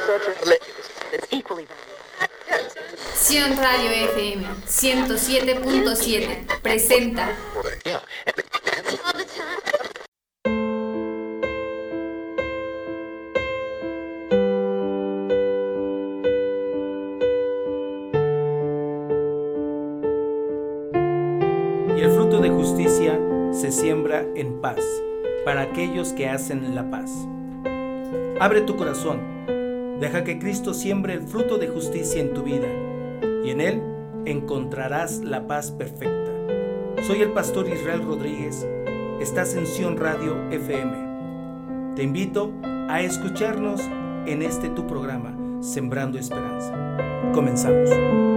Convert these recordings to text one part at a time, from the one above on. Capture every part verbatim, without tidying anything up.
Sion Radio F M ciento siete punto siete presenta Y el fruto de justicia se siembra en paz para aquellos que hacen la paz. Abre tu corazón, deja que Cristo siembre el fruto de justicia en tu vida y en Él encontrarás la paz perfecta. Soy el pastor Israel Rodríguez, estás en Sion Radio F M. Te invito a escucharnos en este tu programa, Sembrando Esperanza. Comenzamos.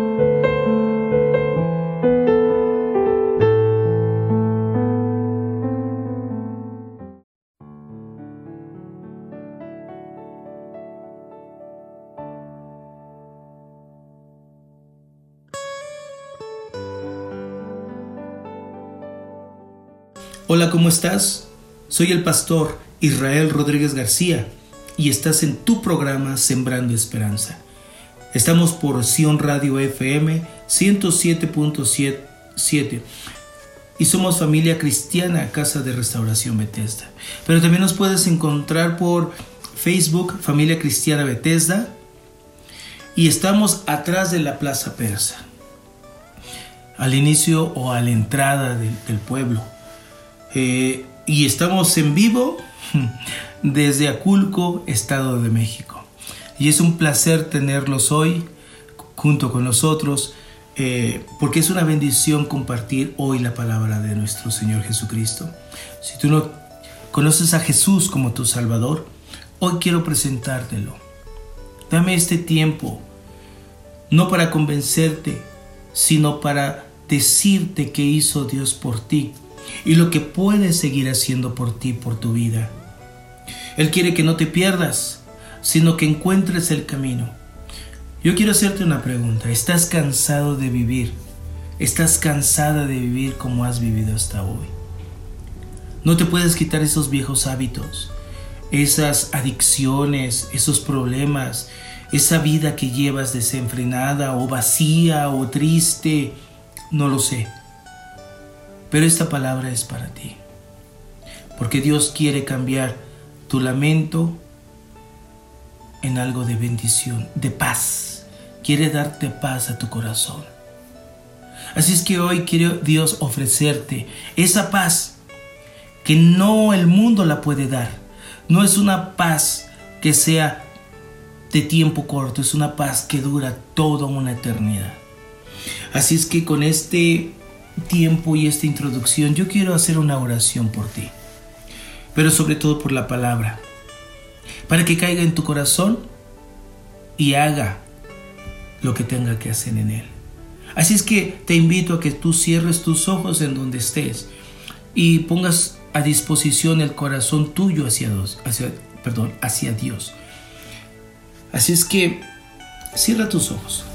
Hola, ¿cómo estás? Soy el pastor Israel Rodríguez García y estás en tu programa Sembrando Esperanza. Estamos por Sion Radio F M ciento siete punto siete y somos familia cristiana Casa de Restauración Bethesda. Pero también nos puedes encontrar por Facebook Familia Cristiana Bethesda y estamos atrás de la Plaza Persa, al inicio o a la entrada de, del pueblo. Eh, y estamos en vivo desde Aculco, Estado de México. Y es un placer tenerlos hoy junto con nosotros, eh, porque es una bendición compartir hoy la palabra de nuestro Señor Jesucristo. Si tú no conoces a Jesús como tu Salvador, hoy quiero presentártelo. Dame este tiempo, no para convencerte, sino para decirte qué hizo Dios por ti y lo que puede seguir haciendo por ti, por tu vida. Él quiere que no te pierdas, sino que encuentres el camino. Yo quiero hacerte una pregunta. ¿Estás cansado de vivir? ¿Estás cansada de vivir como has vivido hasta hoy? No te puedes quitar esos viejos hábitos, esas adicciones, esos problemas, esa vida que llevas desenfrenada o vacía o triste, no lo sé. Pero esta palabra es para ti, porque Dios quiere cambiar tu lamento en algo de bendición, de paz. Quiere darte paz a tu corazón. Así es que hoy quiere Dios ofrecerte esa paz que no el mundo la puede dar. No es una paz que sea de tiempo corto, es una paz que dura toda una eternidad. Así es que con este tiempo y esta introducción yo quiero hacer una oración por ti, pero sobre todo por la palabra, para que caiga en tu corazón y haga lo que tenga que hacer en él. Así es que te invito a que tú cierres tus ojos en donde estés y pongas a disposición el corazón tuyo hacia Dios, hacia, perdón, hacia Dios. Así es que cierra tus ojos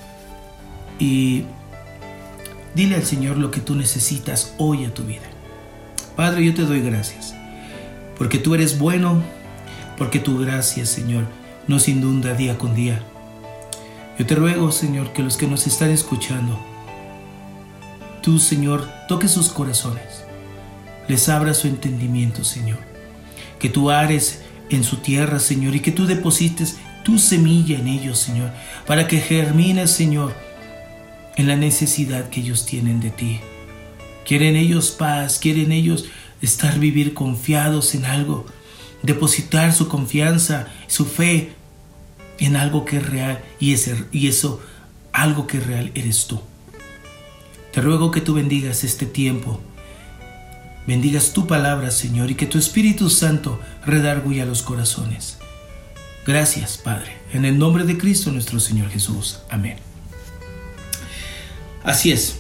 y dile al Señor lo que tú necesitas hoy a tu vida. Padre, yo te doy gracias, porque tú eres bueno, porque tu gracia, Señor, nos inunda día con día. Yo te ruego, Señor, que los que nos están escuchando, tú, Señor, toques sus corazones, les abra su entendimiento, Señor, que tú ares en su tierra, Señor, y que tú deposites tu semilla en ellos, Señor, para que germine, Señor, en la necesidad que ellos tienen de ti. Quieren ellos paz, quieren ellos estar, vivir confiados en algo, depositar su confianza, su fe en algo que es real, y, ese, y eso, algo que es real, eres tú. Te ruego que tú bendigas este tiempo, bendigas tu palabra, Señor, y que tu Espíritu Santo redarguya los corazones. Gracias, Padre, en el nombre de Cristo nuestro Señor Jesús. Amén. Así es.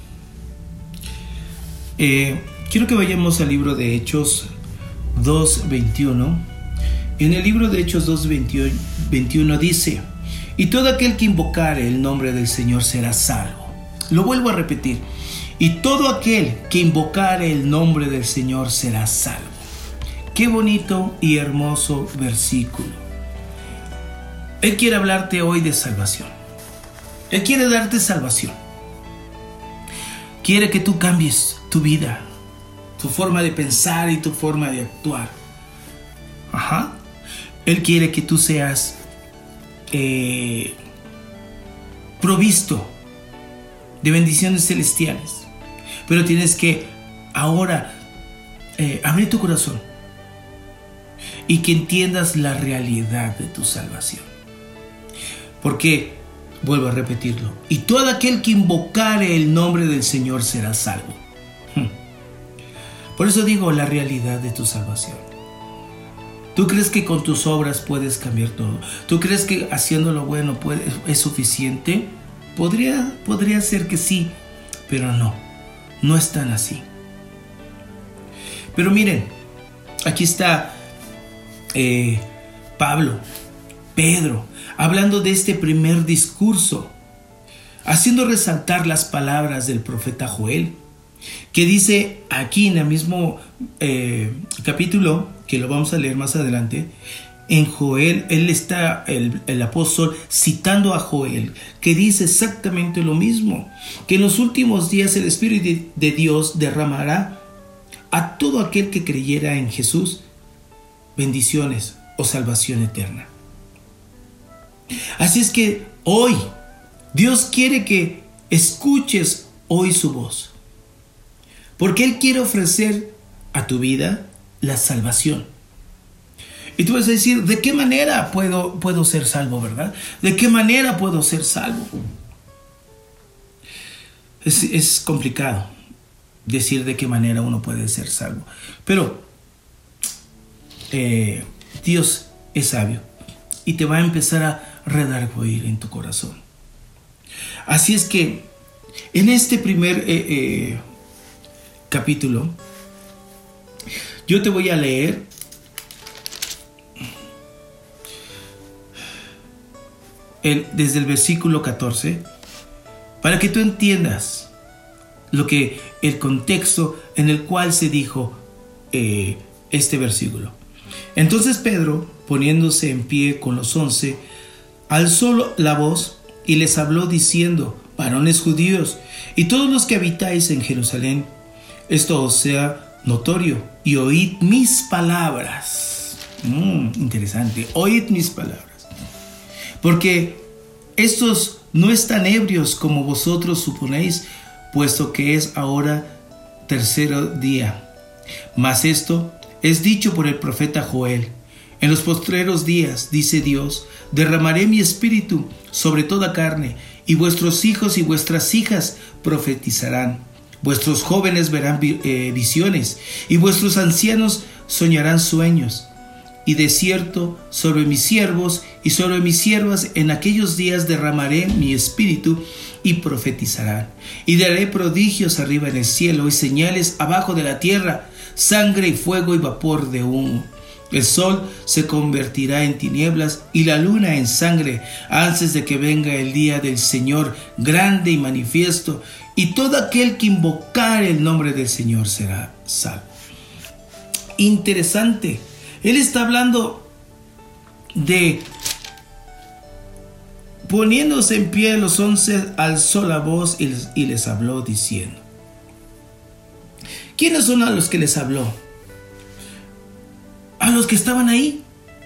Eh, quiero que vayamos al libro de Hechos dos veintiuno. En el libro de Hechos dos veintiuno dice: y todo aquel que invocare el nombre del Señor será salvo. Lo vuelvo a repetir: y todo aquel que invocare el nombre del Señor será salvo. Qué bonito y hermoso versículo. Él quiere hablarte hoy de salvación. Él quiere darte salvación. Quiere que tú cambies tu vida, tu forma de pensar y tu forma de actuar. Ajá. Él quiere que tú seas eh, provisto de bendiciones celestiales. Pero tienes que ahora eh, abrir tu corazón y que entiendas la realidad de tu salvación. Porque, vuelvo a repetirlo, y todo aquel que invocare el nombre del Señor será salvo. Por eso digo la realidad de tu salvación. ¿Tú crees que con tus obras puedes cambiar todo? ¿Tú crees que haciendo lo bueno puede, es suficiente? Podría, podría ser que sí, pero no, no es tan así. Pero miren, aquí está eh, Pablo, Pedro, hablando de este primer discurso, haciendo resaltar las palabras del profeta Joel, que dice aquí en el mismo eh, capítulo, que lo vamos a leer más adelante, en Joel, él está, el, el apóstol, citando a Joel, que dice exactamente lo mismo, que en los últimos días el Espíritu de Dios derramará a todo aquel que creyera en Jesús bendiciones o salvación eterna. Así es que hoy Dios quiere que escuches hoy su voz, porque Él quiere ofrecer a tu vida la salvación. Y tú vas a decir, ¿de qué manera puedo, puedo ser salvo, verdad? ¿De qué manera puedo ser salvo? Es, es complicado decir de qué manera uno puede ser salvo. Pero eh, Dios es sabio y te va a empezar a redarguir en tu corazón. Así es que en este primer eh, eh, capítulo, yo te voy a leer el, desde el versículo catorce para que tú entiendas lo que el contexto en el cual se dijo eh, este versículo. Entonces Pedro, poniéndose en pie con los once, alzó la voz y les habló diciendo: varones judíos y todos los que habitáis en Jerusalén, esto os sea notorio y oíd mis palabras. Mm, interesante, oíd mis palabras. Porque estos no están ebrios como vosotros suponéis, puesto que es ahora tercero día. Mas esto es dicho por el profeta Joel: en los postreros días, dice Dios, derramaré mi espíritu sobre toda carne, y vuestros hijos y vuestras hijas profetizarán. Vuestros jóvenes verán eh, visiones, y vuestros ancianos soñarán sueños. Y de cierto, sobre mis siervos y sobre mis siervas en aquellos días derramaré mi espíritu, y profetizarán. Y daré prodigios arriba en el cielo y señales abajo de la tierra, sangre y fuego y vapor de humo. El sol se convertirá en tinieblas y la luna en sangre antes de que venga el día del Señor grande y manifiesto, y todo aquel que invocare el nombre del Señor será salvo. Interesante. Él está hablando de poniéndose en pie los once, alzó la voz y les, y les habló diciendo. ¿Quiénes son a los que les habló? A los que estaban ahí.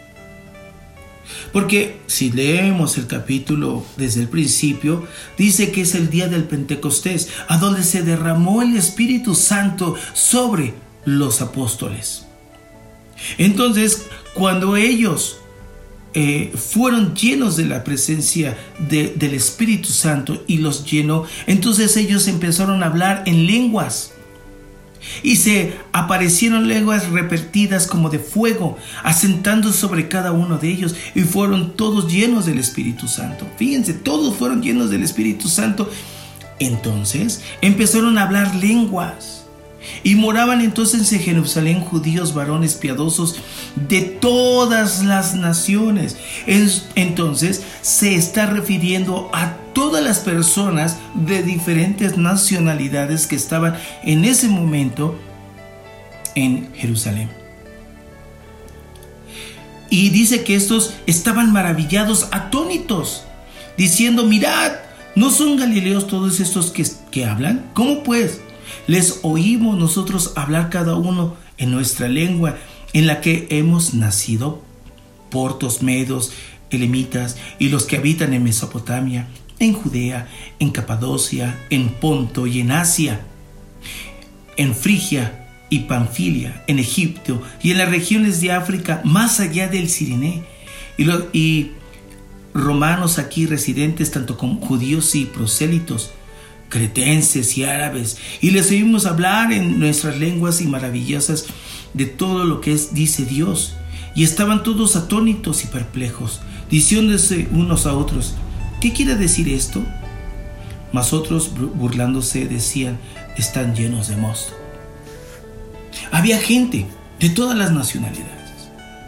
Porque si leemos el capítulo desde el principio, dice que es el día del Pentecostés, a donde se derramó el Espíritu Santo sobre los apóstoles. Entonces, cuando ellos eh, fueron llenos de la presencia de, del Espíritu Santo y los llenó, entonces ellos empezaron a hablar en lenguas. Y se aparecieron lenguas repetidas como de fuego, asentando sobre cada uno de ellos, y fueron todos llenos del Espíritu Santo. Fíjense, todos fueron llenos del Espíritu Santo. Entonces empezaron a hablar lenguas. Y moraban entonces en Jerusalén judíos varones piadosos de todas las naciones. Entonces se está refiriendo a todas las personas de diferentes nacionalidades que estaban en ese momento en Jerusalén. Y dice que estos estaban maravillados, atónitos, diciendo: mirad, ¿no son galileos todos estos que, que hablan? ¿Cómo pues les oímos nosotros hablar cada uno en nuestra lengua en la que hemos nacido? Portos, medos, elamitas y los que habitan en Mesopotamia, en Judea, en Capadocia, en Ponto y en Asia, en Frigia y Panfilia, en Egipto y en las regiones de África, más allá del Cirené, y, lo, y romanos aquí residentes, tanto como judíos y prosélitos, cretenses y árabes, y les oímos hablar en nuestras lenguas y maravillosas de todo lo que es, dice Dios. Y estaban todos atónitos y perplejos, diciéndose unos a otros: ¿qué quiere decir esto? Mas otros, burlándose, decían: están llenos de mosto. Había gente de todas las nacionalidades.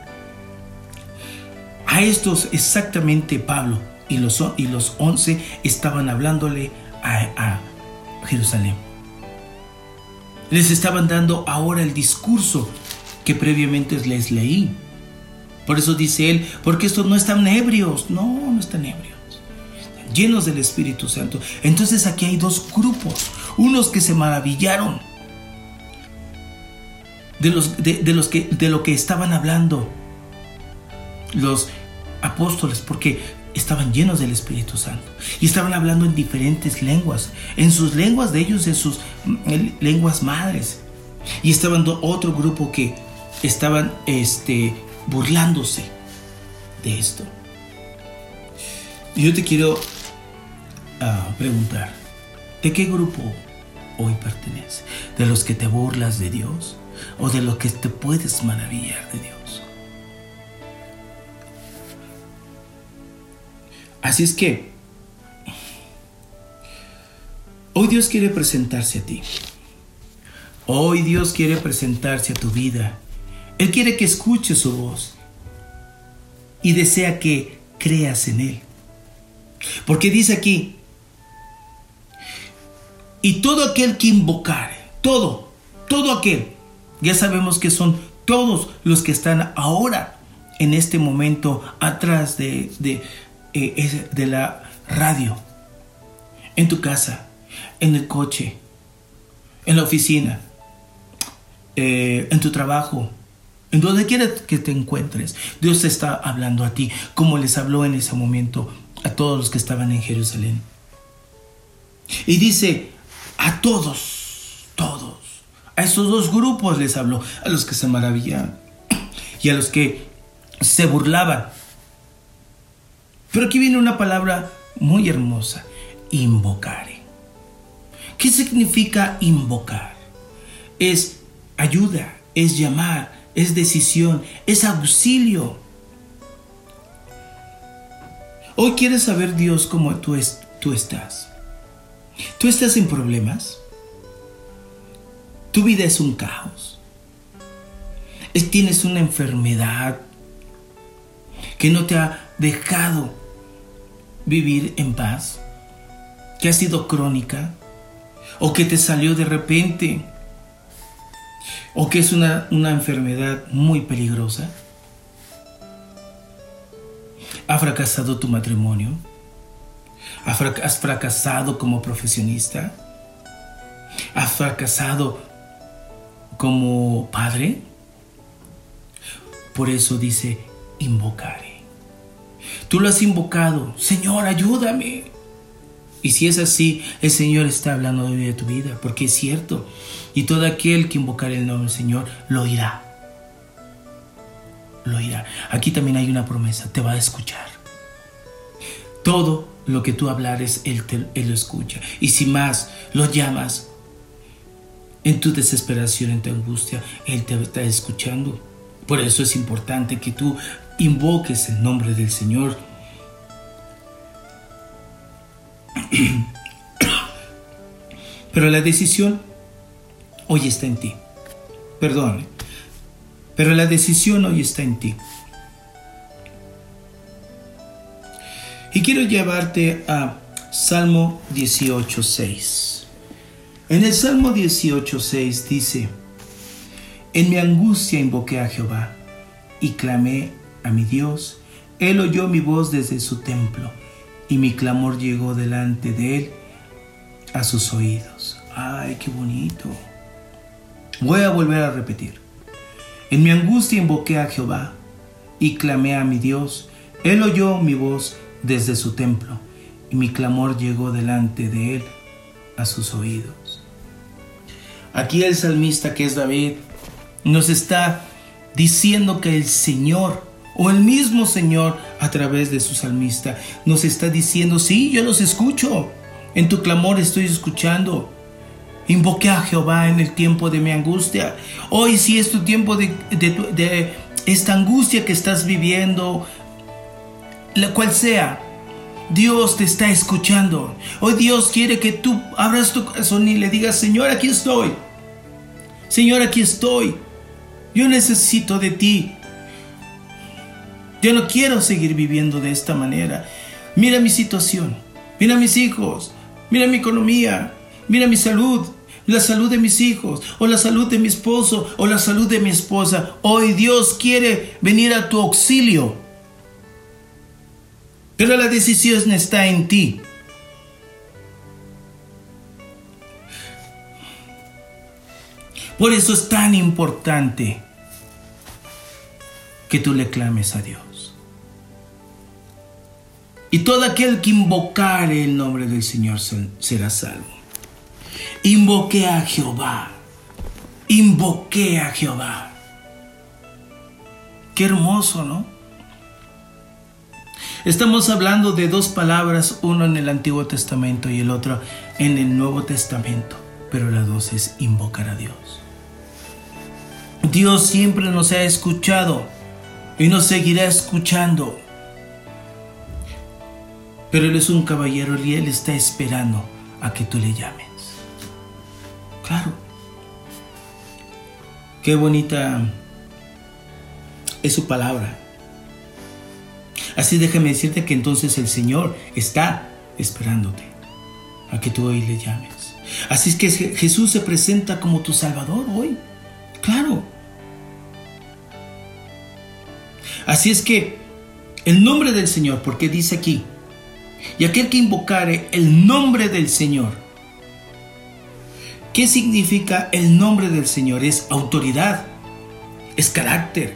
A estos exactamente Pablo y los, y los once estaban hablándole a, a Jerusalén. Les estaban dando ahora el discurso que previamente les leí. Por eso dice él: porque estos no están ebrios. No, no están ebrios. Están llenos del Espíritu Santo. Entonces aquí hay dos grupos. Unos que se maravillaron de, los, de, de, los que, de lo que estaban hablando los apóstoles, porque estaban llenos del Espíritu Santo. Y estaban hablando en diferentes lenguas. En sus lenguas de ellos, en sus lenguas madres. Y estaban otro grupo que estaban este, burlándose de esto. Yo te quiero uh, preguntar: ¿de qué grupo hoy perteneces? ¿De los que te burlas de Dios o de los que te puedes maravillar de Dios? Así es que hoy Dios quiere presentarse a ti. Hoy Dios quiere presentarse a tu vida. Él quiere que escuches su voz y desea que creas en Él. Porque dice aquí: y todo aquel que invocare, todo, todo aquel, ya sabemos que son todos los que están ahora en este momento atrás de, de, eh, de la radio, en tu casa, en el coche, en la oficina, eh, en tu trabajo, en donde quiera que te encuentres. Dios te está hablando a ti, como les habló en ese momento a todos los que estaban en Jerusalén. Y dice: a todos, todos, a esos dos grupos les habló, a los que se maravillaban y a los que se burlaban. Pero aquí viene una palabra muy hermosa: invocare. ¿Qué significa invocar? Es ayuda, es llamar, es decisión, es auxilio. Hoy quieres saber, Dios, cómo tú, es, tú estás. ¿Tú estás en problemas? ¿Tu vida es un caos? ¿Tienes una enfermedad que no te ha dejado vivir en paz? ¿Que ha sido crónica? ¿O que te salió de repente? ¿O que es una, una enfermedad muy peligrosa? ¿Ha fracasado tu matrimonio? ¿Has fracasado como profesionista? ¿Has fracasado como padre? Por eso dice: invocare. Tú lo has invocado: Señor, ayúdame. Y si es así, el Señor está hablando de tu vida, porque es cierto. Y todo aquel que invocare el nombre del Señor lo oirá. Lo oirá. Aquí también hay una promesa: te va a escuchar. Todo lo que tú hablares, Él, te, él lo escucha. Y si más lo llamas en tu desesperación, en tu angustia, Él te está escuchando. Por eso es importante que tú invoques el nombre del Señor. Pero la decisión hoy está en ti. Perdón. Pero la decisión hoy está en ti. Y quiero llevarte a Salmo dieciocho seis. En el Salmo dieciocho seis dice: en mi angustia invoqué a Jehová y clamé a mi Dios. Él oyó mi voz desde su templo, y mi clamor llegó delante de él a sus oídos. ¡Ay, qué bonito! Voy a volver a repetir. En mi angustia invoqué a Jehová y clamé a mi Dios. Él oyó mi voz desde su templo, y mi clamor llegó delante de él a sus oídos. Aquí el salmista, que es David, nos está diciendo que el Señor, o el mismo Señor a través de su salmista, nos está diciendo: sí, yo los escucho, en tu clamor estoy escuchando. Invoqué a Jehová en el tiempo de mi angustia. Hoy, si es tu tiempo de, de, de esta angustia que estás viviendo, la cual sea, Dios te está escuchando. Hoy Dios quiere que tú abras tu corazón y le digas: Señor, aquí estoy. Señor, aquí estoy. Yo necesito de ti. Yo no quiero seguir viviendo de esta manera. Mira mi situación. Mira mis hijos. Mira mi economía. Mira mi salud. La salud de mis hijos. O la salud de mi esposo. O la salud de mi esposa. Hoy Dios quiere venir a tu auxilio. Pero la decisión está en ti. Por eso es tan importante que tú le clames a Dios. Y todo aquel que invocare el nombre del Señor será salvo. Invoqué a Jehová. Invoqué a Jehová. Qué hermoso, ¿no? Estamos hablando de dos palabras, uno en el Antiguo Testamento y el otro en el Nuevo Testamento, pero las dos es invocar a Dios. Dios siempre nos ha escuchado y nos seguirá escuchando, pero Él es un caballero y Él está esperando a que tú le llames. Claro. Qué bonita es su palabra. Así déjame decirte que entonces el Señor está esperándote a que tú hoy le llames. Así es que Jesús se presenta como tu Salvador hoy. Claro. Así es que el nombre del Señor, porque dice aquí: y aquel que invocare el nombre del Señor. ¿Qué significa el nombre del Señor? Es autoridad, es carácter.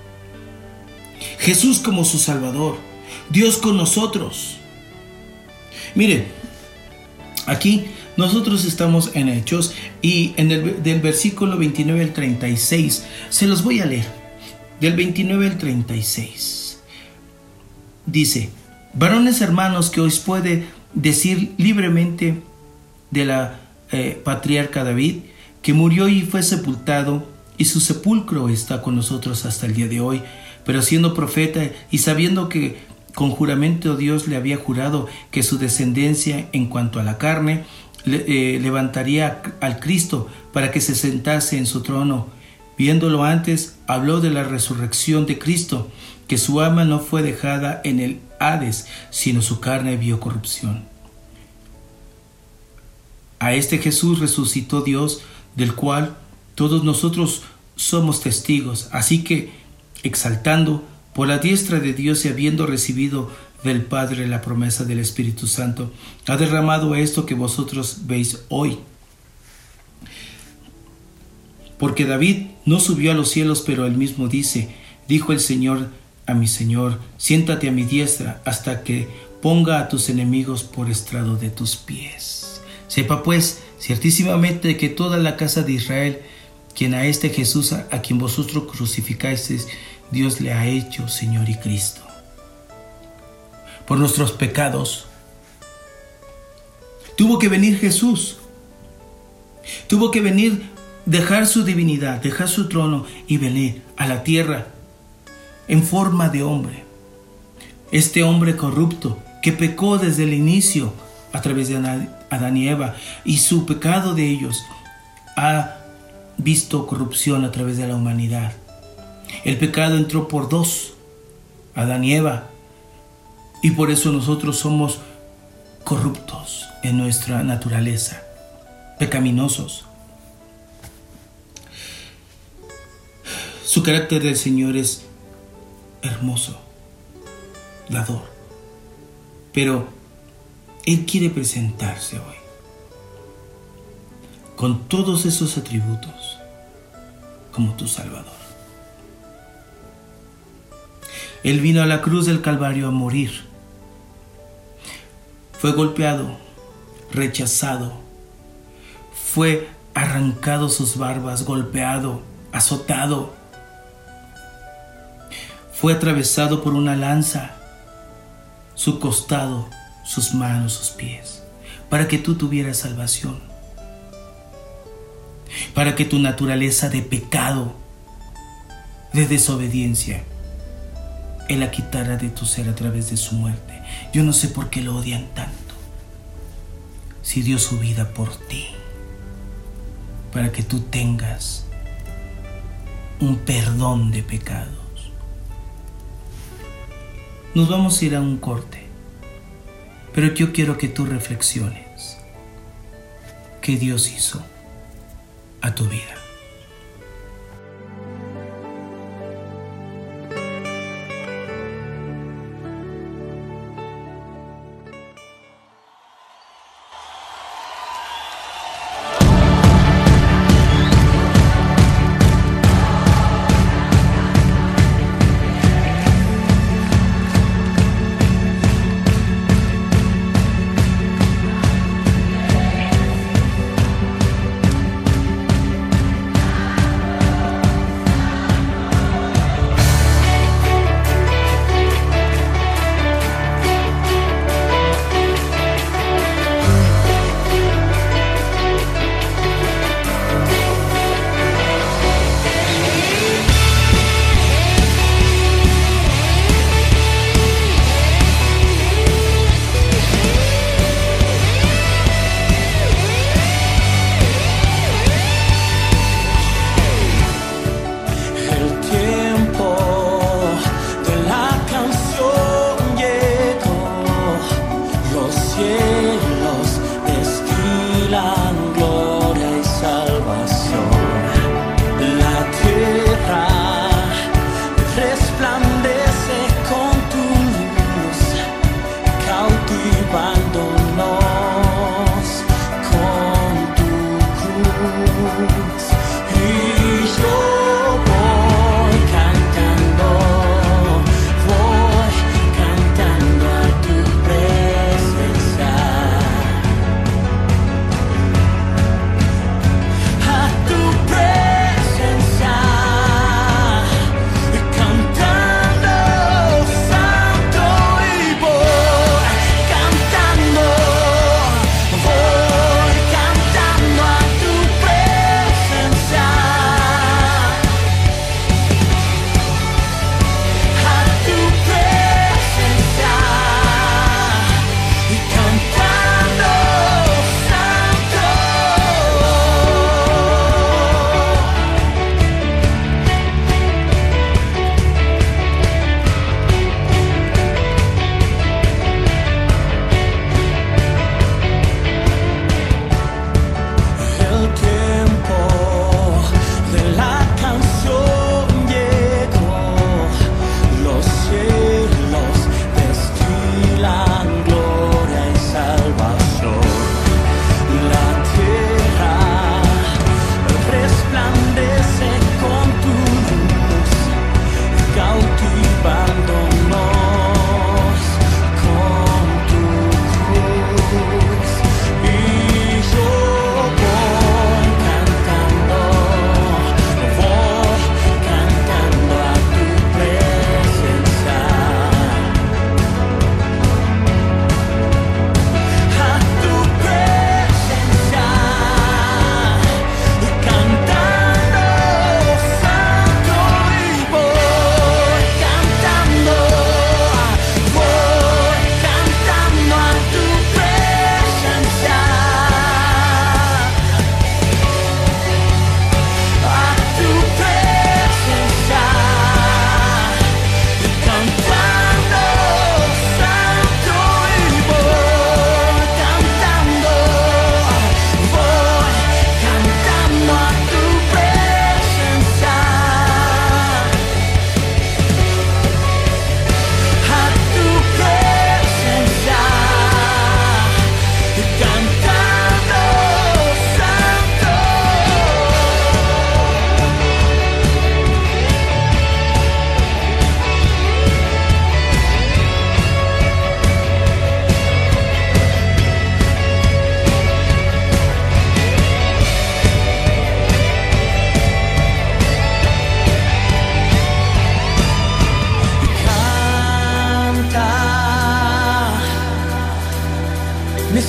Jesús como su Salvador, Dios con nosotros. Miren, aquí nosotros estamos en Hechos y en el del versículo veintinueve al treinta y seis, se los voy a leer, del veintinueve al treinta y seis. Dice: varones hermanos, que os puede decir libremente de la eh, patriarca David, que murió y fue sepultado, y su sepulcro está con nosotros hasta el día de hoy. Pero siendo profeta y sabiendo que con juramento Dios le había jurado que su descendencia en cuanto a la carne le, eh, levantaría al Cristo para que se sentase en su trono, viéndolo antes, habló de la resurrección de Cristo, que su alma no fue dejada en el Hades, sino su carne vio corrupción. A este Jesús resucitó Dios, del cual todos nosotros somos testigos. Así que, exaltando por la diestra de Dios y habiendo recibido del Padre la promesa del Espíritu Santo, ha derramado esto que vosotros veis hoy. Porque David no subió a los cielos, pero él mismo dice: dijo el Señor a mi Señor, siéntate a mi diestra hasta que ponga a tus enemigos por estrado de tus pies. Sepa pues ciertísimamente que toda la casa de Israel, quien a este Jesús a, a quien vosotros crucificasteis, Dios le ha hecho Señor y Cristo. Por nuestros pecados tuvo que venir Jesús. Tuvo que venir, dejar su divinidad, dejar su trono y venir a la tierra en forma de hombre. Este hombre corrupto que pecó desde el inicio a través de Adán y Eva, y su pecado de ellos ha visto corrupción a través de la humanidad. El pecado entró por dos, Adán y Eva, y por eso nosotros somos corruptos en nuestra naturaleza, pecaminosos. Su carácter del Señor es hermoso, dador. Pero Él quiere presentarse hoy con todos esos atributos como tu Salvador. Él vino a la cruz del Calvario a morir. Fue golpeado, rechazado. Fue arrancado sus barbas, golpeado, azotado. Fue atravesado por una lanza, su costado, sus manos, sus pies, para que tú tuvieras salvación, para que tu naturaleza de pecado, de desobediencia, Él la quitara de tu ser a través de su muerte. Yo no sé por qué lo odian tanto, si dio su vida por ti, para que tú tengas un perdón de pecados. Nos vamos a ir a un corte, pero yo quiero que tú reflexiones qué Dios hizo a tu vida.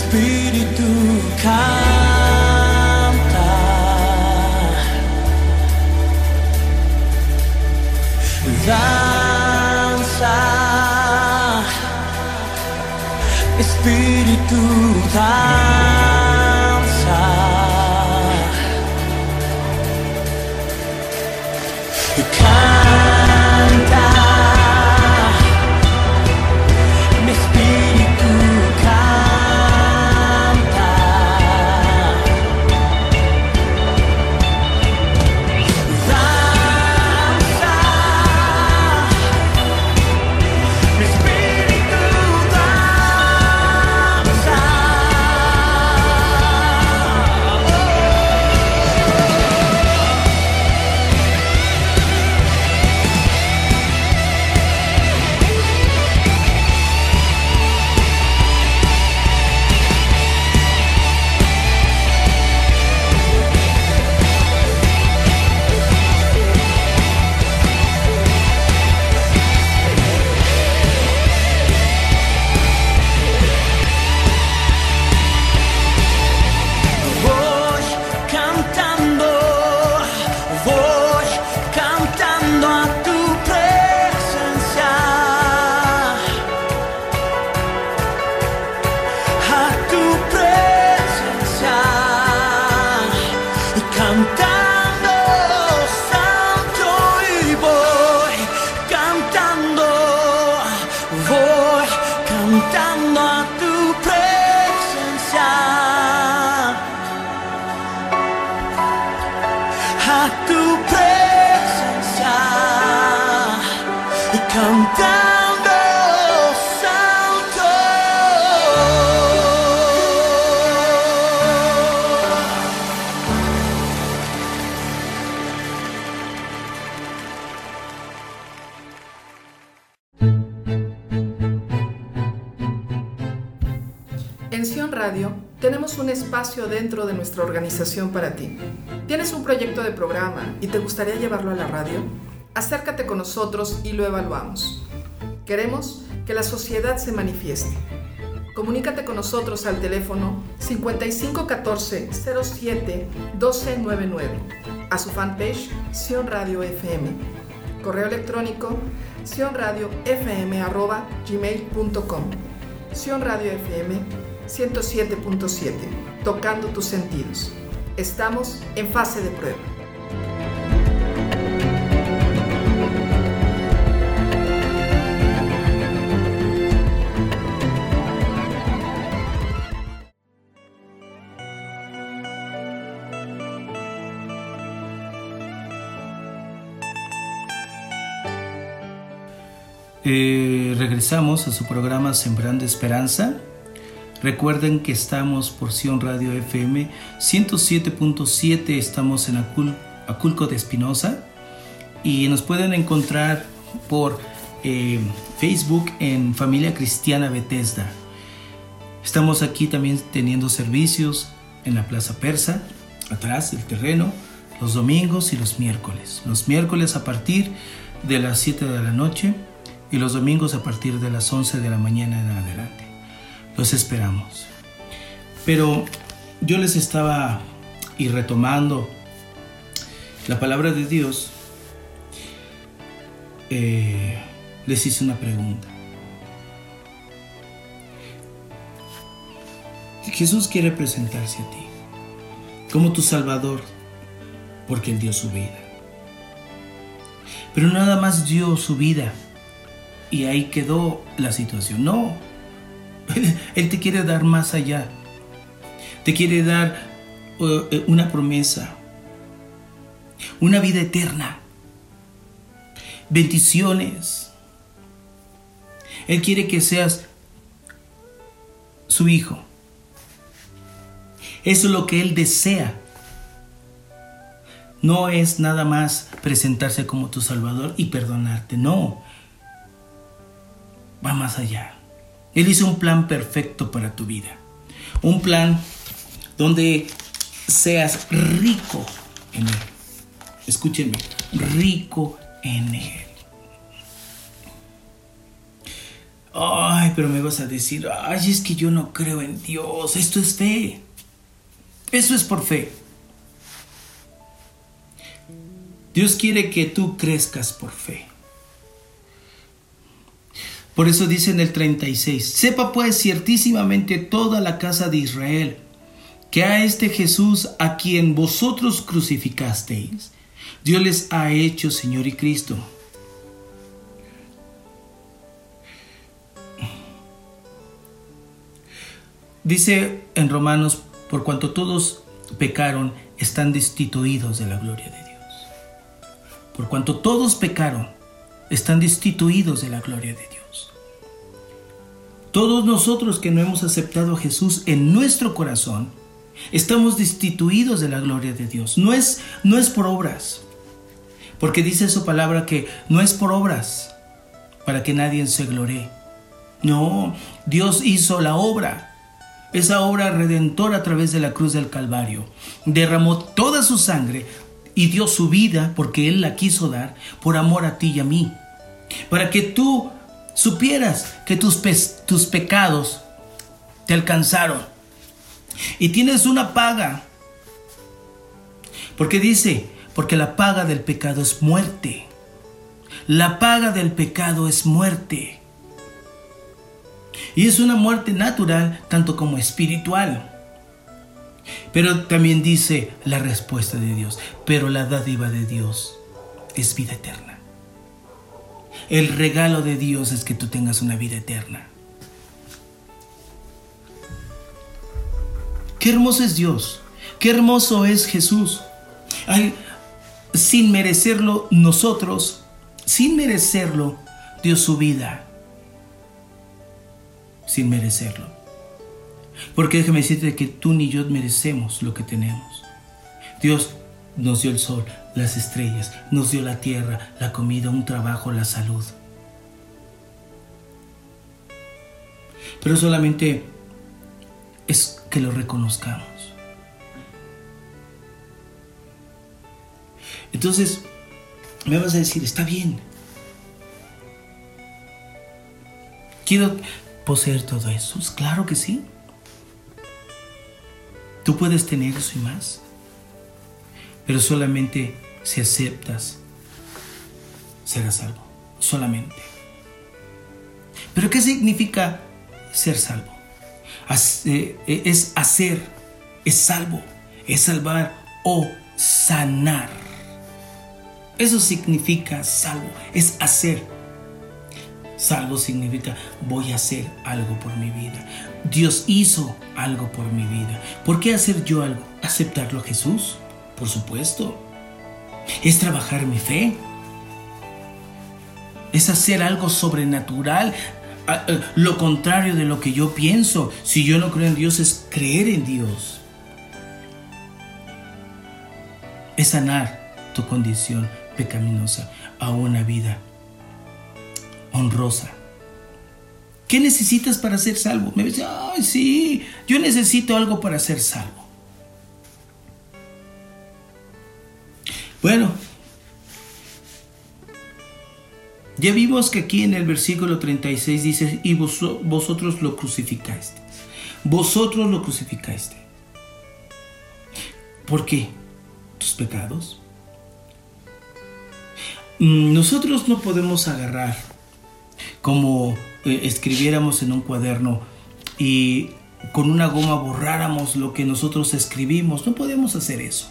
espíritu canta, danza, espíritu danza, canta. En Sion Radio tenemos un espacio dentro de nuestra organización para ti. ¿Tienes un proyecto de programa y te gustaría llevarlo a la radio? Acércate con nosotros y lo evaluamos. Queremos que la sociedad se manifieste. Comunícate con nosotros al teléfono cincuenta y cinco catorce cero siete doce noventa y nueve, a su fanpage Sion Radio F M, correo electrónico sionradiofm arroba gmail punto com. Sion Radio F M ciento siete punto siete, tocando tus sentidos. Estamos en fase de prueba. Eh, regresamos a su programa Sembrando Esperanza. Recuerden que estamos por Sion Radio F M ciento siete punto siete, estamos en Acul, Aculco de Espinosa y nos pueden encontrar por eh, Facebook en Familia Cristiana Bethesda. Estamos aquí también teniendo servicios en la Plaza Persa, atrás del terreno, los domingos y los miércoles. Los miércoles a partir de las siete de la noche y los domingos a partir de las once de la mañana en adelante. Los esperamos. Pero yo les estaba y retomando la palabra de Dios, eh, les hice una pregunta. Jesús quiere presentarse a ti como tu Salvador porque Él dio su vida. Pero nada más dio su vida y ahí quedó la situación. No, Él te quiere dar más allá. Te quiere dar uh, una promesa, una vida eterna, bendiciones. Él quiere que seas su hijo. Eso es lo que Él desea. No es nada más presentarse como tu Salvador y perdonarte. No, va más allá. Él hizo un plan perfecto para tu vida. Un plan donde seas rico en Él. Escúchenme, rico en Él. Ay, pero me vas a decir, ay, es que yo no creo en Dios. Esto es fe. Eso es por fe. Dios quiere que tú crezcas por fe. Por eso dice en el treinta y seis, sepa pues ciertísimamente toda la casa de Israel, que a este Jesús a quien vosotros crucificasteis, Dios les ha hecho Señor y Cristo. Dice en Romanos, por cuanto todos pecaron, están destituidos de la gloria de Dios. Por cuanto todos pecaron, están destituidos de la gloria de Dios. Todos nosotros que no hemos aceptado a Jesús en nuestro corazón, estamos destituidos de la gloria de Dios. No es, no es por obras, porque dice su palabra que no es por obras para que nadie se gloríe. No, Dios hizo la obra. Esa obra redentora a través de la cruz del Calvario. Derramó toda su sangre y dio su vida, porque Él la quiso dar, por amor a ti y a mí. Para que tú supieras que tus, pe- tus pecados te alcanzaron. Y tienes una paga. Porque dice, porque la paga del pecado es muerte. La paga del pecado es muerte. Y es una muerte natural, tanto como espiritual. Pero también dice la respuesta de Dios. Pero la dádiva de Dios es vida eterna. El regalo de Dios es que tú tengas una vida eterna. Qué hermoso es Dios. Qué hermoso es Jesús. Ay, sin merecerlo nosotros, sin merecerlo, dio su vida. Sin merecerlo. Porque déjame decirte que tú ni yo merecemos lo que tenemos. Dios nos dio el sol, las estrellas, nos dio la tierra, la comida, un trabajo, la salud. Pero solamente es que lo reconozcamos. Entonces, me vas a decir, está bien. Quiero poseer todo eso. Claro que sí. Tú puedes tener eso y más. Pero solamente si aceptas, serás salvo. Solamente. ¿Pero qué significa ser salvo? Es hacer, es salvo, es salvar o sanar. Eso significa salvo, es hacer. Salvo significa voy a hacer algo por mi vida. Dios hizo algo por mi vida. ¿Por qué hacer yo algo? ¿Aceptarlo a Jesús? Por supuesto. Es trabajar mi fe. Es hacer algo sobrenatural. Lo contrario de lo que yo pienso. Si yo no creo en Dios, es creer en Dios. Es sanar tu condición pecaminosa a una vida honrosa. ¿Qué necesitas para ser salvo? Me dice, ay, sí, yo necesito algo para ser salvo. Bueno, ya vimos que aquí en el versículo treinta y seis dice, y vos, vosotros lo crucificaste. Vosotros lo crucificaste. ¿Por qué? ¿Tus pecados? Nosotros no podemos agarrar como eh, escribiéramos en un cuaderno y con una goma borráramos lo que nosotros escribimos. No podemos hacer eso.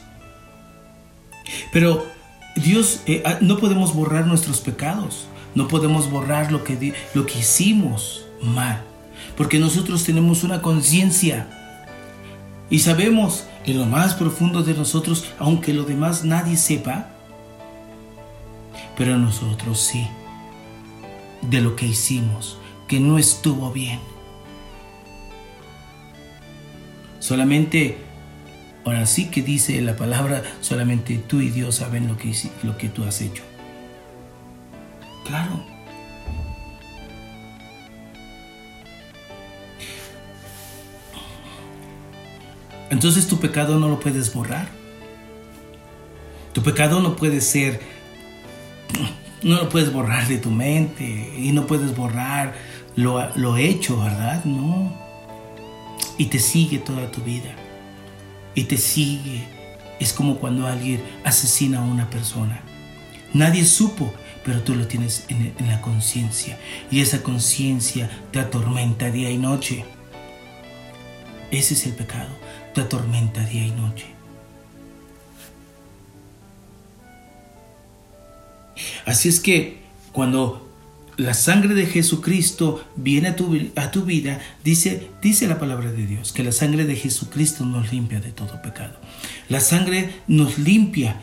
Pero Dios, eh, no podemos borrar nuestros pecados. No podemos borrar lo que, lo que hicimos mal. Porque nosotros tenemos una conciencia. Y sabemos en lo más profundo de nosotros, aunque lo demás nadie sepa, pero nosotros sí, de lo que hicimos, que no estuvo bien. Solamente, ahora sí que dice la palabra, solamente tú y Dios saben lo que, lo que tú has hecho. Claro. Entonces tu pecado no lo puedes borrar. Tu pecado no puede ser... No lo puedes borrar de tu mente y no puedes borrar lo, lo hecho, ¿verdad? No. Y te sigue toda tu vida. Y te sigue. Es como cuando alguien asesina a una persona. Nadie supo, pero tú lo tienes en, en la conciencia. Y esa conciencia te atormenta día y noche. Ese es el pecado. Te atormenta día y noche. Así es que cuando la sangre de Jesucristo viene a tu, a tu vida, dice, dice la palabra de Dios, que la sangre de Jesucristo nos limpia de todo pecado. La sangre nos limpia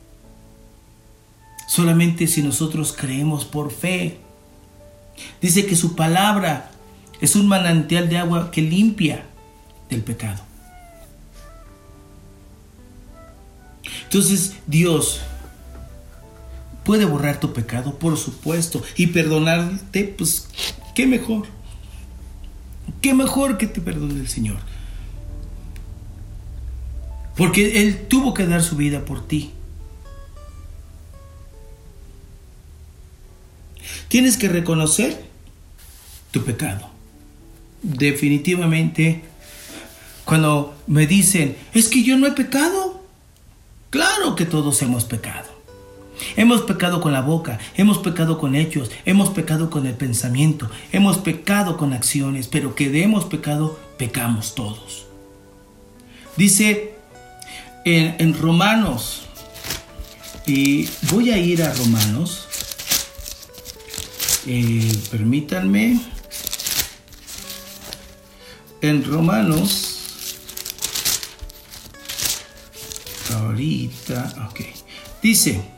solamente si nosotros creemos por fe. Dice que su palabra es un manantial de agua que limpia del pecado. Entonces Dios puede borrar tu pecado, por supuesto, y perdonarte, pues, qué mejor. Qué mejor que te perdone el Señor. Porque Él tuvo que dar su vida por ti. Tienes que reconocer tu pecado. Definitivamente, cuando me dicen, es que yo no he pecado. Claro que todos hemos pecado. Hemos pecado con la boca, hemos pecado con hechos, hemos pecado con el pensamiento, hemos pecado con acciones, pero que hemos pecado, pecamos todos. Dice en, en Romanos, y voy a ir a Romanos, eh, permítanme, en Romanos, ahorita, ok, dice,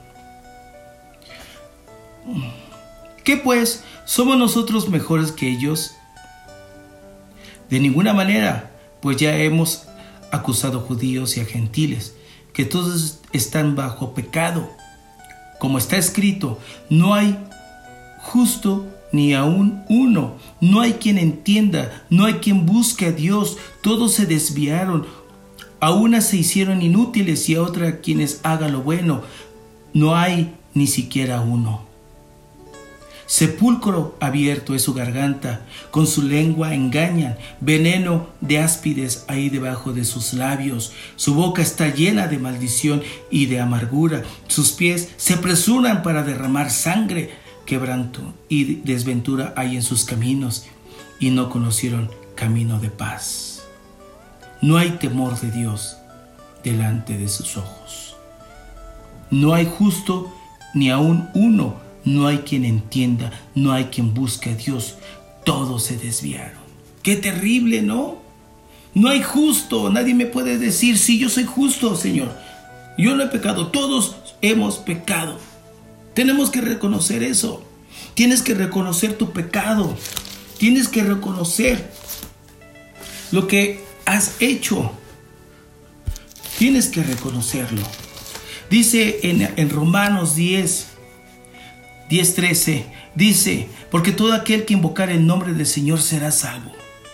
¿qué pues? ¿Somos nosotros mejores que ellos? De ninguna manera, pues ya hemos acusado a judíos y a gentiles, que todos están bajo pecado. Como está escrito, no hay justo ni aún uno, no hay quien entienda, no hay quien busque a Dios, todos se desviaron, a unas se hicieron inútiles y a otras quienes hagan lo bueno, no hay ni siquiera uno. Sepulcro abierto es su garganta, con su lengua engañan, veneno de áspides hay debajo de sus labios, su boca está llena de maldición y de amargura, sus pies se apresuran para derramar sangre, quebranto y desventura hay en sus caminos, y no conocieron camino de paz. No hay temor de Dios delante de sus ojos. No hay justo ni aún uno. No hay quien entienda, no hay quien busque a Dios. Todos se desviaron. ¡Qué terrible!, ¿no? No hay justo. Nadie me puede decir, sí, yo soy justo, Señor. Yo no he pecado. Todos hemos pecado. Tenemos que reconocer eso. Tienes que reconocer tu pecado. Tienes que reconocer lo que has hecho. Tienes que reconocerlo. Dice en, en Romanos diez, diez trece, dice, porque todo aquel que invocar el nombre del Señor será salvo.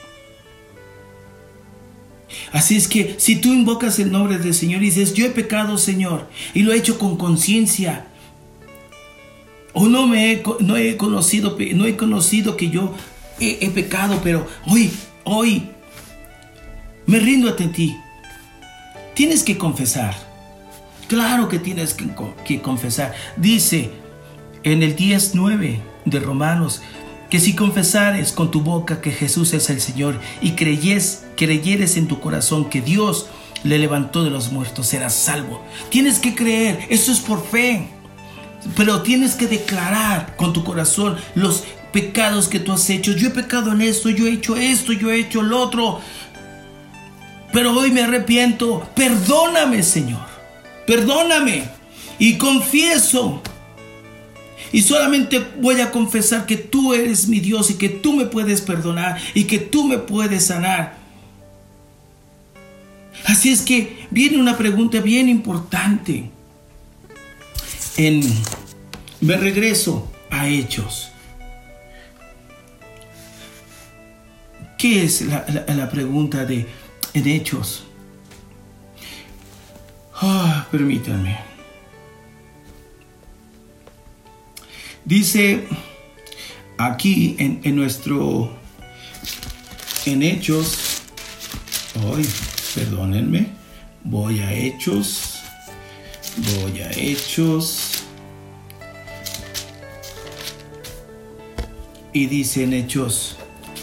Así es que si tú invocas el nombre del Señor y dices, yo he pecado, Señor, y lo he hecho con conciencia, o no me he, no he conocido, no he conocido que yo he, he pecado, pero hoy, hoy me rindo ante ti. Tienes que confesar. Claro que tienes que, que confesar. Dice en el diez nueve de Romanos, que si confesares con tu boca que Jesús es el Señor y creyes, creyeres en tu corazón que Dios le levantó de los muertos, serás salvo. Tienes que creer, eso es por fe, pero tienes que declarar con tu corazón los pecados que tú has hecho. Yo he pecado en esto, yo he hecho esto, yo he hecho lo otro, pero hoy me arrepiento. Perdóname, Señor, perdóname, y confieso. Y solamente voy a confesar que tú eres mi Dios y que tú me puedes perdonar y que tú me puedes sanar. Así es que viene una pregunta bien importante. En, me regreso a Hechos. ¿Qué es la, la, la pregunta de en Hechos? Ah, permítanme. Dice aquí en, en nuestro, en Hechos, ay, perdónenme, voy a Hechos, voy a Hechos, y dice en Hechos,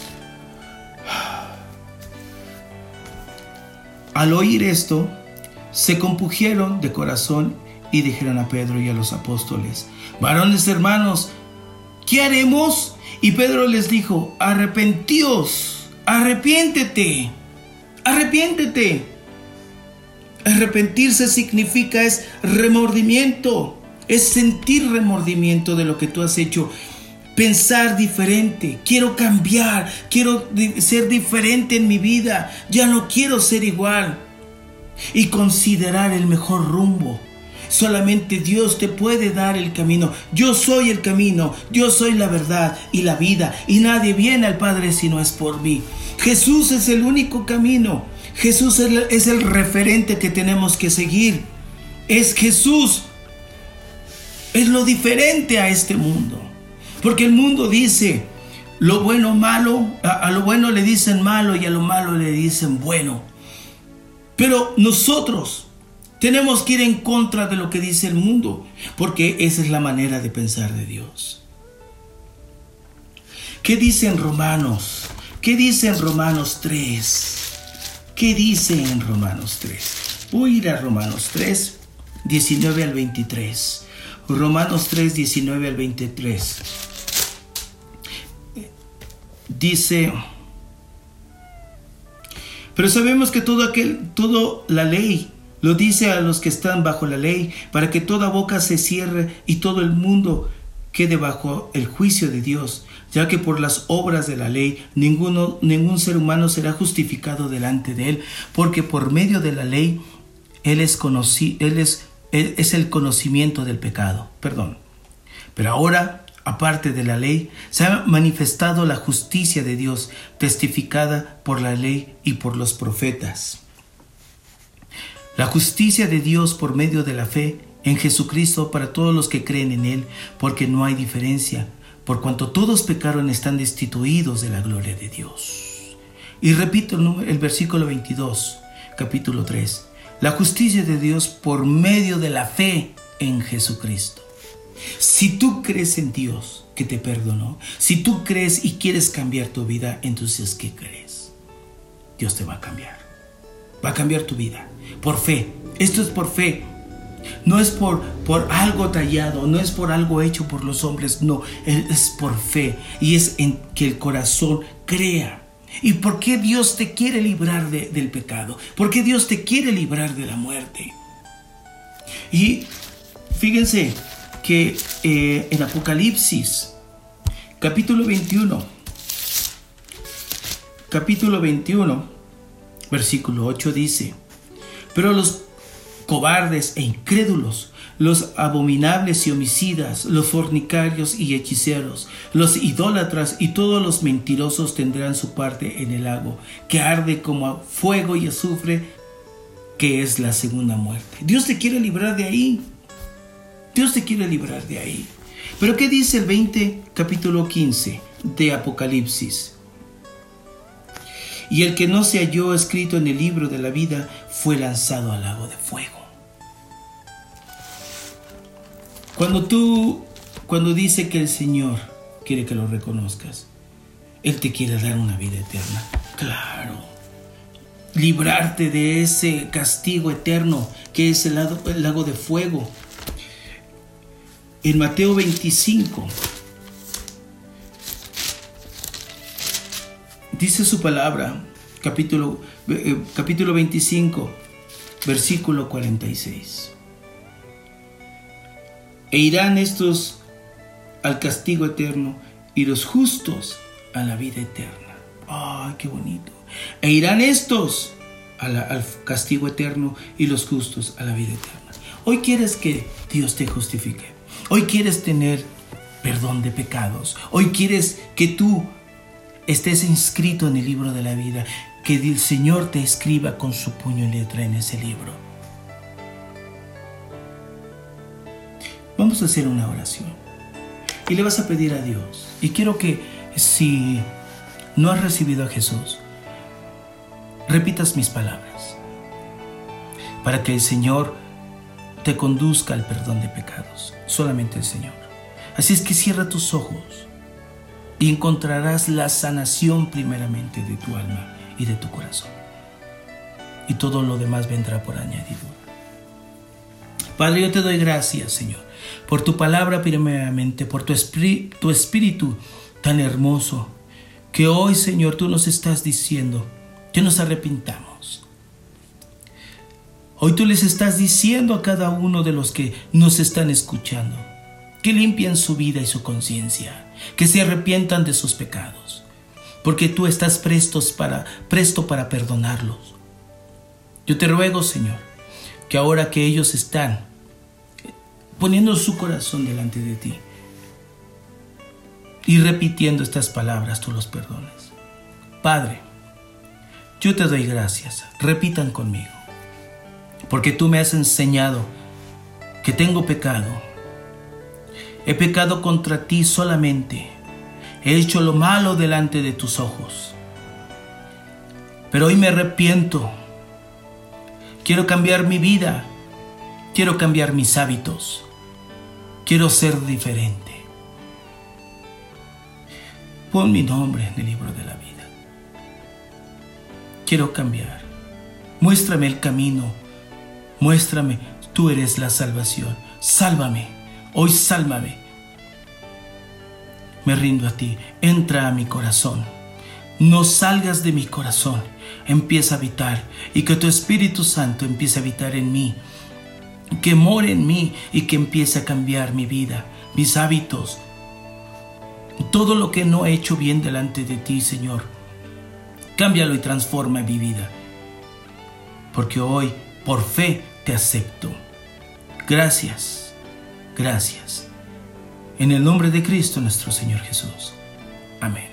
al oír esto, se compungieron de corazón y dijeron a Pedro y a los apóstoles: varones hermanos, ¿qué haremos? Y Pedro les dijo: arrepentíos, arrepiéntete, arrepiéntete. Arrepentirse significa es remordimiento, es sentir remordimiento de lo que tú has hecho. Pensar diferente, quiero cambiar, quiero ser diferente en mi vida, ya no quiero ser igual. Y considerar el mejor rumbo. Solamente Dios te puede dar el camino. Yo soy el camino, yo soy la verdad y la vida, y nadie viene al Padre si no es por mí. Jesús es el único camino. Jesús es el, es el referente que tenemos que seguir. Es Jesús. Es lo diferente a este mundo. Porque el mundo dice lo bueno malo, a, a lo bueno le dicen malo y a lo malo le dicen bueno. Pero nosotros tenemos que ir en contra de lo que dice el mundo, porque esa es la manera de pensar de Dios. ¿Qué dice en Romanos? ¿Qué dice en Romanos tres? ¿Qué dice en Romanos tres? Voy a ir a Romanos tres, diecinueve al veintitrés. Romanos tres, diecinueve al veintitrés. Dice: pero sabemos que todo aquel, todo la ley lo dice a los que están bajo la ley, para que toda boca se cierre y todo el mundo quede bajo el juicio de Dios, ya que por las obras de la ley ninguno, ningún ser humano será justificado delante de él, porque por medio de la ley él es, conocí, él es, él es el conocimiento del pecado. Perdón. Pero ahora, aparte de la ley, se ha manifestado la justicia de Dios, testificada por la ley y por los profetas. La justicia de Dios por medio de la fe en Jesucristo para todos los que creen en Él, porque no hay diferencia, por cuanto todos pecaron están destituidos de la gloria de Dios. Y repito el versículo veintidós, capítulo tres. La justicia de Dios por medio de la fe en Jesucristo. Si tú crees en Dios que te perdonó, si tú crees y quieres cambiar tu vida, entonces ¿qué crees? Dios te va a cambiar. Va a cambiar tu vida por fe. Esto es por fe. No es por, por algo tallado, no es por algo hecho por los hombres, no, es por fe. Y es en que el corazón crea. ¿Y por qué Dios te quiere librar de, del pecado? ¿Por qué Dios te quiere librar de la muerte? Y fíjense que eh, en Apocalipsis, capítulo veintiuno, capítulo veintiuno, versículo ocho dice: pero los cobardes e incrédulos, los abominables y homicidas, los fornicarios y hechiceros, los idólatras y todos los mentirosos tendrán su parte en el lago, que arde como fuego y azufre, que es la segunda muerte. Dios te quiere librar de ahí. Dios te quiere librar de ahí. Pero ¿qué dice el veinte, capítulo quince de Apocalipsis? Y el que no se halló escrito en el libro de la vida fue lanzado al lago de fuego. Cuando tú, cuando dice que el Señor quiere que lo reconozcas, Él te quiere dar una vida eterna. Claro. Librarte de ese castigo eterno que es el lago, el lago de fuego. En Mateo veinticinco dice su palabra, capítulo, eh, capítulo veinticinco, versículo cuarenta y seis. E irán estos al castigo eterno y los justos a la vida eterna. ¡Ay, qué bonito! E irán estos a la, al castigo eterno y los justos a la vida eterna. Hoy quieres que Dios te justifique. Hoy quieres tener perdón de pecados. Hoy quieres que tú estés inscrito en el libro de la vida, que el Señor te escriba con su puño y letra en ese libro. Vamos a hacer una oración. y le vas a pedir a Dios. Y quiero que si no has recibido a Jesús, repitas mis palabras para que el Señor te conduzca al perdón de pecados. Solamente el Señor. Así es que cierra tus ojos y encontrarás la sanación primeramente de tu alma y de tu corazón. Y todo lo demás vendrá por añadidura. Padre, yo te doy gracias, Señor, por tu palabra primeramente, por tu, espí- tu espíritu tan hermoso, que hoy, Señor, tú nos estás diciendo que nos arrepintamos. Hoy tú les estás diciendo a cada uno de los que nos están escuchando que limpien su vida y su conciencia, que se arrepientan de sus pecados, porque tú estás prestos para, presto para perdonarlos. Yo te ruego, Señor, que ahora que ellos están poniendo su corazón delante de ti y repitiendo estas palabras, tú los perdones. Padre, yo te doy gracias. Repitan conmigo, porque tú me has enseñado que tengo pecado. He pecado contra ti solamente. He hecho lo malo delante de tus ojos. Pero hoy me arrepiento. Quiero cambiar mi vida. Quiero cambiar mis hábitos. Quiero ser diferente. Pon mi nombre en el libro de la vida. Quiero cambiar. Muéstrame el camino. Muéstrame. Tú eres la salvación. Sálvame. Hoy sálvame. Me rindo a ti. Entra a mi corazón. No salgas de mi corazón. Empieza a habitar. Y que tu Espíritu Santo empiece a habitar en mí. Que more en mí y que empiece a cambiar mi vida, mis hábitos. Todo lo que no he hecho bien delante de ti, Señor, cámbialo y transforma mi vida. Porque hoy, por fe, te acepto. Gracias, gracias. En el nombre de Cristo nuestro Señor Jesús. Amén.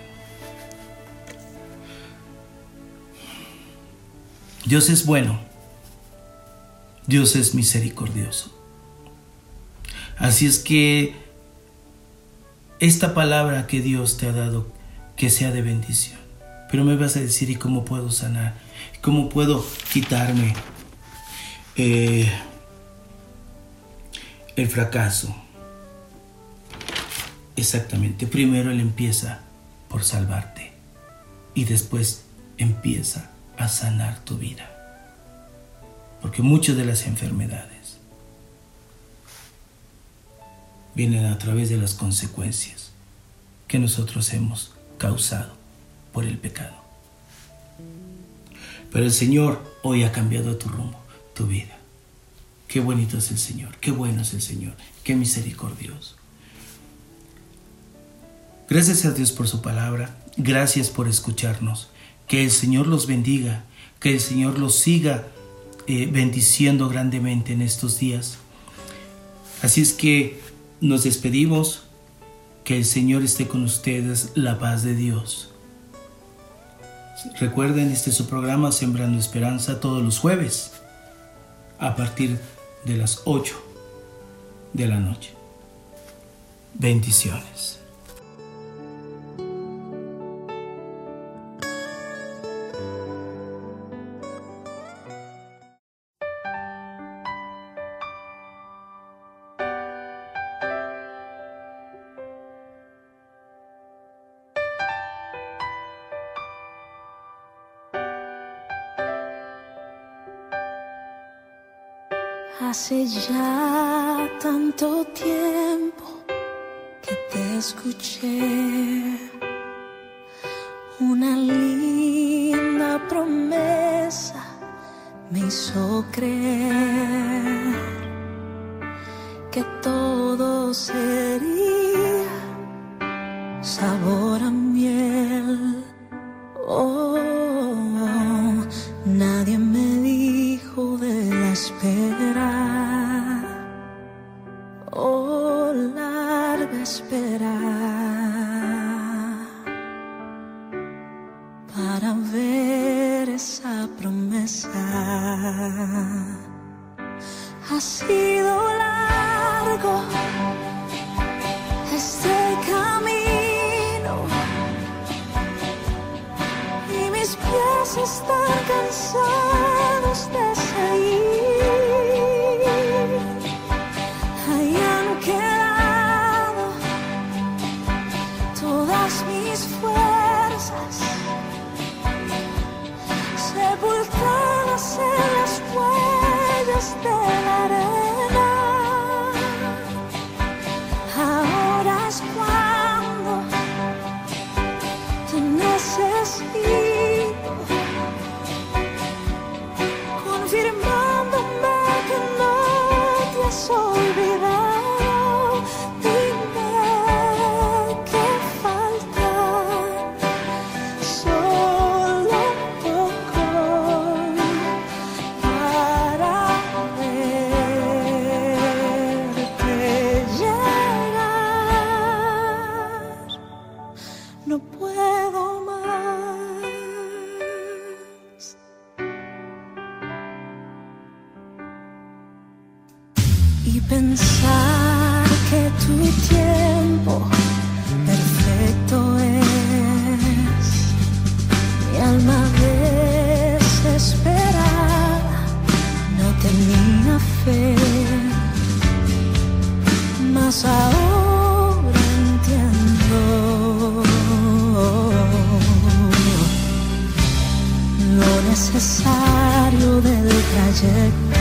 Dios es bueno. Dios es misericordioso. Así es que esta palabra que Dios te ha dado, que sea de bendición. Pero me vas a decir, ¿y cómo puedo sanar? ¿Cómo puedo quitarme eh, el fracaso? Exactamente. Primero Él empieza por salvarte y después empieza a sanar tu vida. Porque muchas de las enfermedades vienen a través de las consecuencias que nosotros hemos causado por el pecado. Pero el Señor hoy ha cambiado tu rumbo, tu vida. Qué bonito es el Señor, qué bueno es el Señor, qué misericordioso. Gracias a Dios por su palabra, gracias por escucharnos. Que el Señor los bendiga, que el Señor los siga Eh, bendiciendo grandemente en estos días. Así es que nos despedimos. Que el Señor esté con ustedes, la paz de Dios. Recuerden, este es su programa Sembrando Esperanza, todos los jueves a partir de las ocho de la noche. Bendiciones. Hace ya tanto tiempo que te escuché, una linda promesa me hizo creer que todo sería sabor a miel. Oh, nadie me dijo de la espera, oh, larga espera, para ver esa promesa. Ha sido largo este podemos estar cansados de seguir. Ahí han quedado todas mis fuerzas, sepultadas en las huellas de la arena. Ahora es cuando te necesito, confirmándome que no te has olvidado. Dime qué falta, solo poco para verte llegar. No puedo más. Y pensar que tu tiempo perfecto es. Mi alma desesperada no tenía fe, mas ahora entiendo lo necesario del trayecto.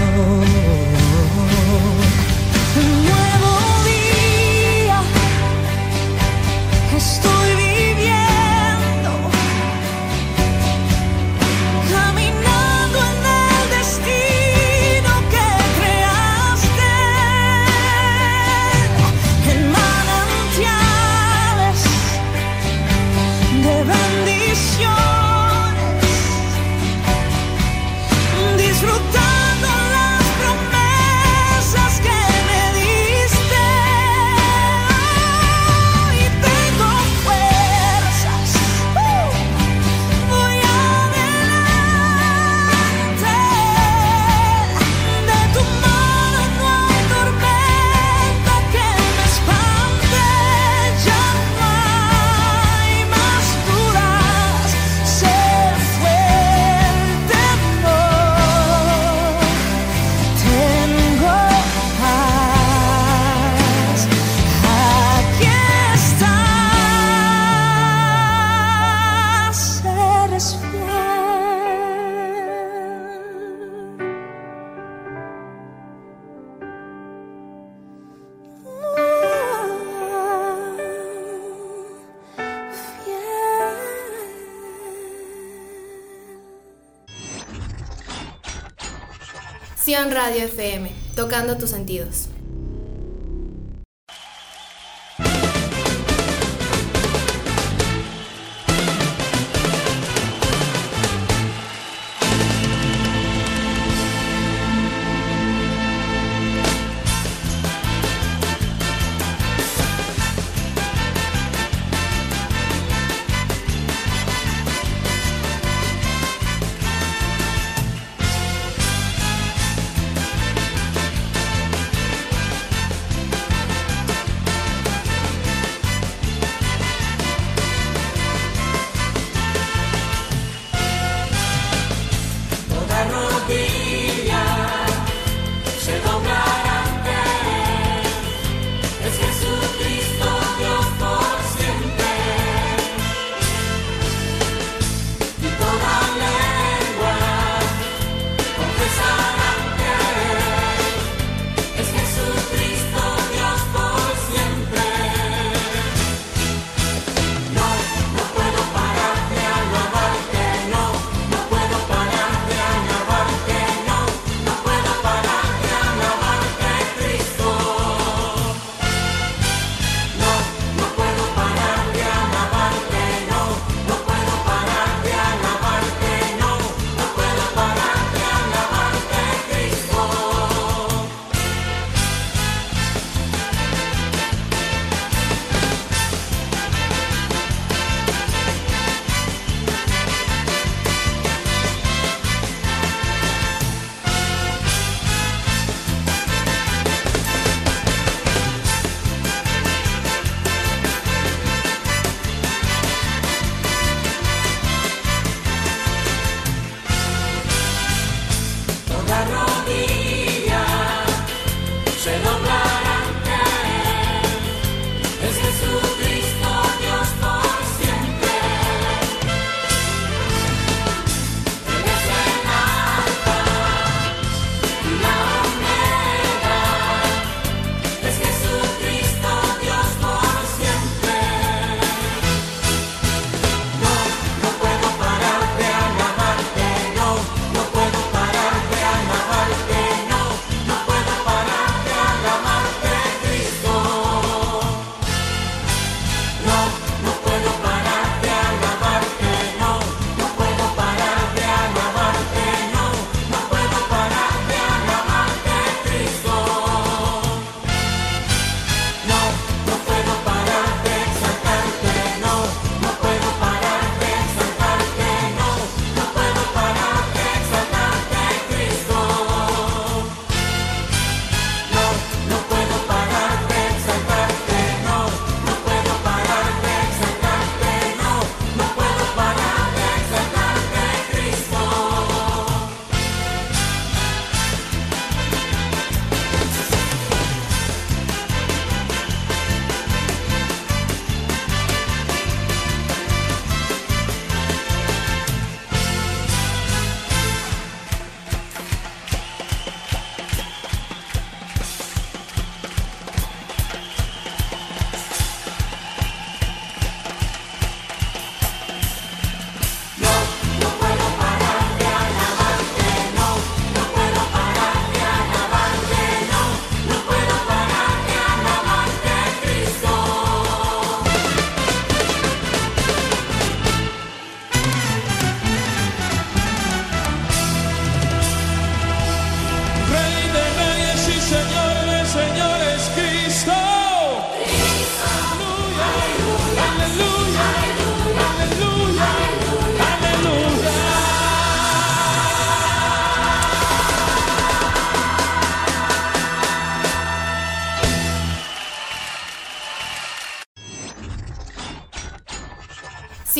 Un nuevo día estoy viviendo, caminando en el destino que creaste, en manantiales de bendiciones, disfrutando las promesas que me diste. Y tengo fuerzas, uh, voy adelante. De tu mano no hay tormenta que me espante. Ya no hay más dudas, sé fuerte, no tengo paz. Aquí estás, eres fiel. Sion Radio F M, tocando tus sentidos.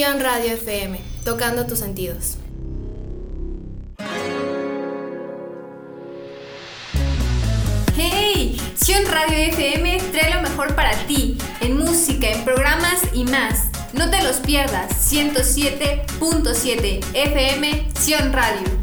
Sion Radio F M, tocando tus sentidos. ¡Hey! Sion Radio F M trae lo mejor para ti, en música, en programas y más. No te los pierdas, ciento siete punto siete F M Sion Radio.